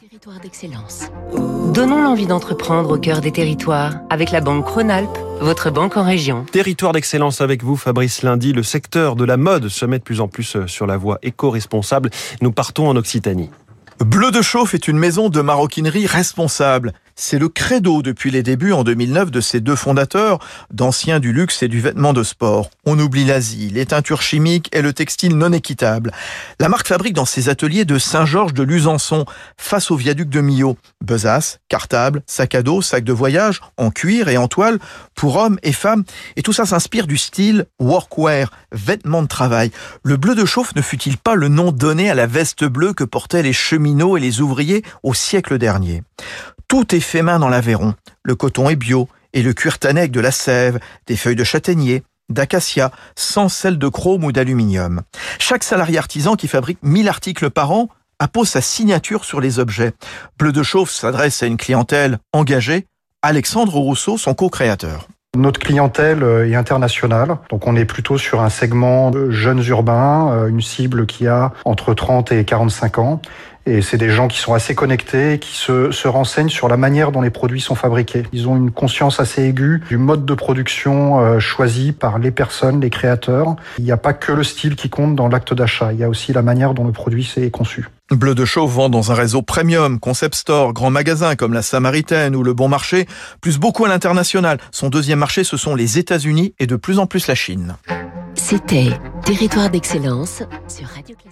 Territoire d'excellence. Donnons l'envie d'entreprendre au cœur des territoires avec la Banque Rhône-Alpes, votre banque en région. Territoire d'excellence avec vous, Fabrice Lundy. Le secteur de la mode se met de plus en plus sur la voie éco-responsable. Nous partons en Occitanie. Bleu de Chauffe est une maison de maroquinerie responsable. C'est le credo depuis les débuts en 2009 de ses deux fondateurs, d'anciens du luxe et du vêtement de sport. On oublie l'Asie, les teintures chimiques et le textile non équitable. La marque fabrique dans ses ateliers de Saint-Georges de Luzançon, face au viaduc de Millau. Besace, cartable, sac à dos, sac de voyage, en cuir et en toile, pour hommes et femmes. Et tout ça s'inspire du style workwear, vêtements de travail. Le bleu de chauffe ne fut-il pas le nom donné à la veste bleue que portaient les cheminots et les ouvriers au siècle dernier ? Tout est fait main dans l'Aveyron. Le coton est bio et le cuir tanné avec de la sève, des feuilles de châtaignier, d'acacia, sans sel de chrome ou d'aluminium. Chaque salarié artisan qui fabrique 1000 articles par an appose sa signature sur les objets. Bleu de Chauffe s'adresse à une clientèle engagée. Alexandre Rousseau, son co-créateur. Notre clientèle est internationale, donc on est plutôt sur un segment de jeunes urbains, une cible qui a entre 30 et 45 ans. Et c'est des gens qui sont assez connectés, qui se renseignent sur la manière dont les produits sont fabriqués. Ils ont une conscience assez aiguë du mode de production choisi par les personnes, les créateurs. Il n'y a pas que le style qui compte dans l'acte d'achat, il y a aussi la manière dont le produit s'est conçu. Bleu de Chauffe vend dans un réseau premium, concept store, grands magasins comme la Samaritaine ou le Bon Marché, plus beaucoup à l'international. Son deuxième marché, ce sont les États-Unis et de plus en plus la Chine. C'était Territoire d'excellence sur Radio Classique.